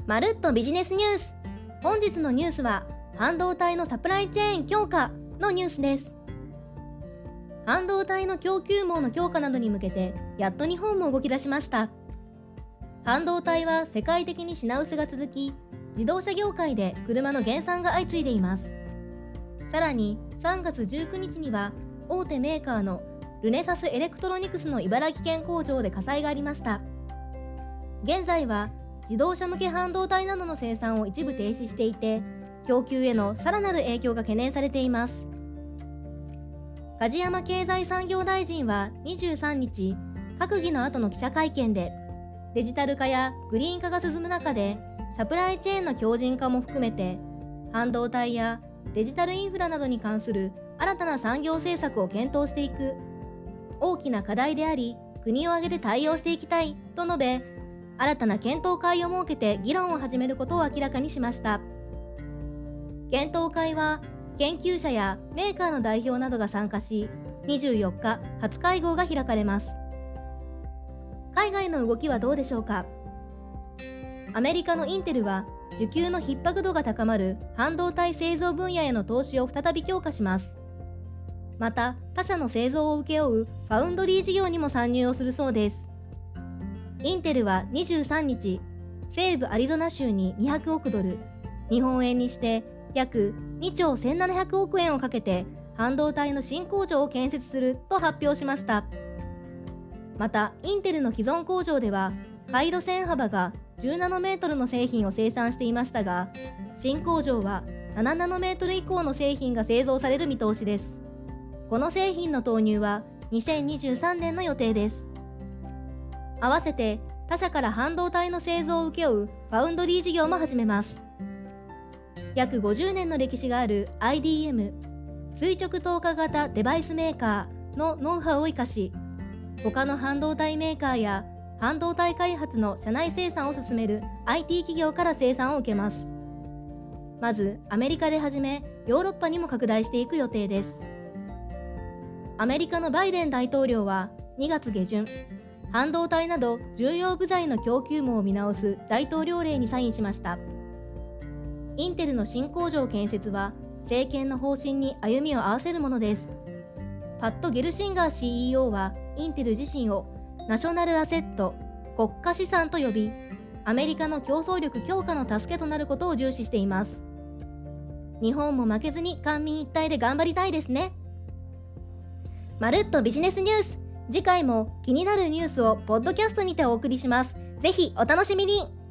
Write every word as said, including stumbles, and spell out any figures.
まるっとビジネスニュース。本日のニュースは半導体のサプライチェーン強化のニュースです。半導体の供給網の強化などに向けてやっと日本も動き出しました。半導体は世界的に品薄が続き、自動車業界で車の減産が相次いでいます。さらにさんがつじゅうくにちには大手メーカーのルネサスエレクトロニクスの茨城県工場で火災がありました。現在は自動車向け半導体などの生産を一部停止していて、供給へのさらなる影響が懸念されています。梶山経済産業大臣はにじゅうさんにち、閣議の後の記者会見で、デジタル化やグリーン化が進む中で、サプライチェーンの強靭化も含めて、半導体やデジタルインフラなどに関する新たな産業政策を検討していく、大きな課題であり、国を挙げて対応していきたいと述べ、新たな検討会を設けて議論を始めることを明らかにしました。検討会は研究者やメーカーの代表などが参加し、にじゅうよっか初会合が開かれます。海外の動きはどうでしょうか。アメリカのインテルは需給の逼迫度が高まる半導体製造分野への投資を再び強化します。また他社の製造を請け負うファウンドリー事業にも参入をするそうです。インテルはにじゅうさんにち、西部アリゾナ州ににひゃくおくドル、日本円にして約にちょうせんななひゃくおくえんをかけて半導体の新工場を建設すると発表しました。また、インテルの既存工場では、回路線幅がじゅうナノメートルの製品を生産していましたが、新工場はななナノメートル以降の製品が製造される見通しです。この製品の投入はにせんにじゅうさんねんの予定です。合わせて他社から半導体の製造を請け負うファウンドリー事業も始めます。約ごじゅうねんの歴史がある アイディーエム 垂直透過型デバイスメーカーのノウハウを生かし、他の半導体メーカーや半導体開発の社内生産を進める アイティー 企業から生産を受けます。まずアメリカで始め、ヨーロッパにも拡大していく予定です。アメリカのバイデン大統領はにがつげじゅん、半導体など重要部材の供給網を見直す大統領令にサインしました。インテルの新工場建設は政権の方針に歩みを合わせるものです。パット・ゲルシンガー シーイーオー はインテル自身をナショナルアセット、国家資産と呼び、アメリカの競争力強化の助けとなることを重視しています。日本も負けずに官民一体で頑張りたいですね。まるっとビジネスニュース。次回も気になるニュースをポッドキャストにてお送りします。ぜひお楽しみに。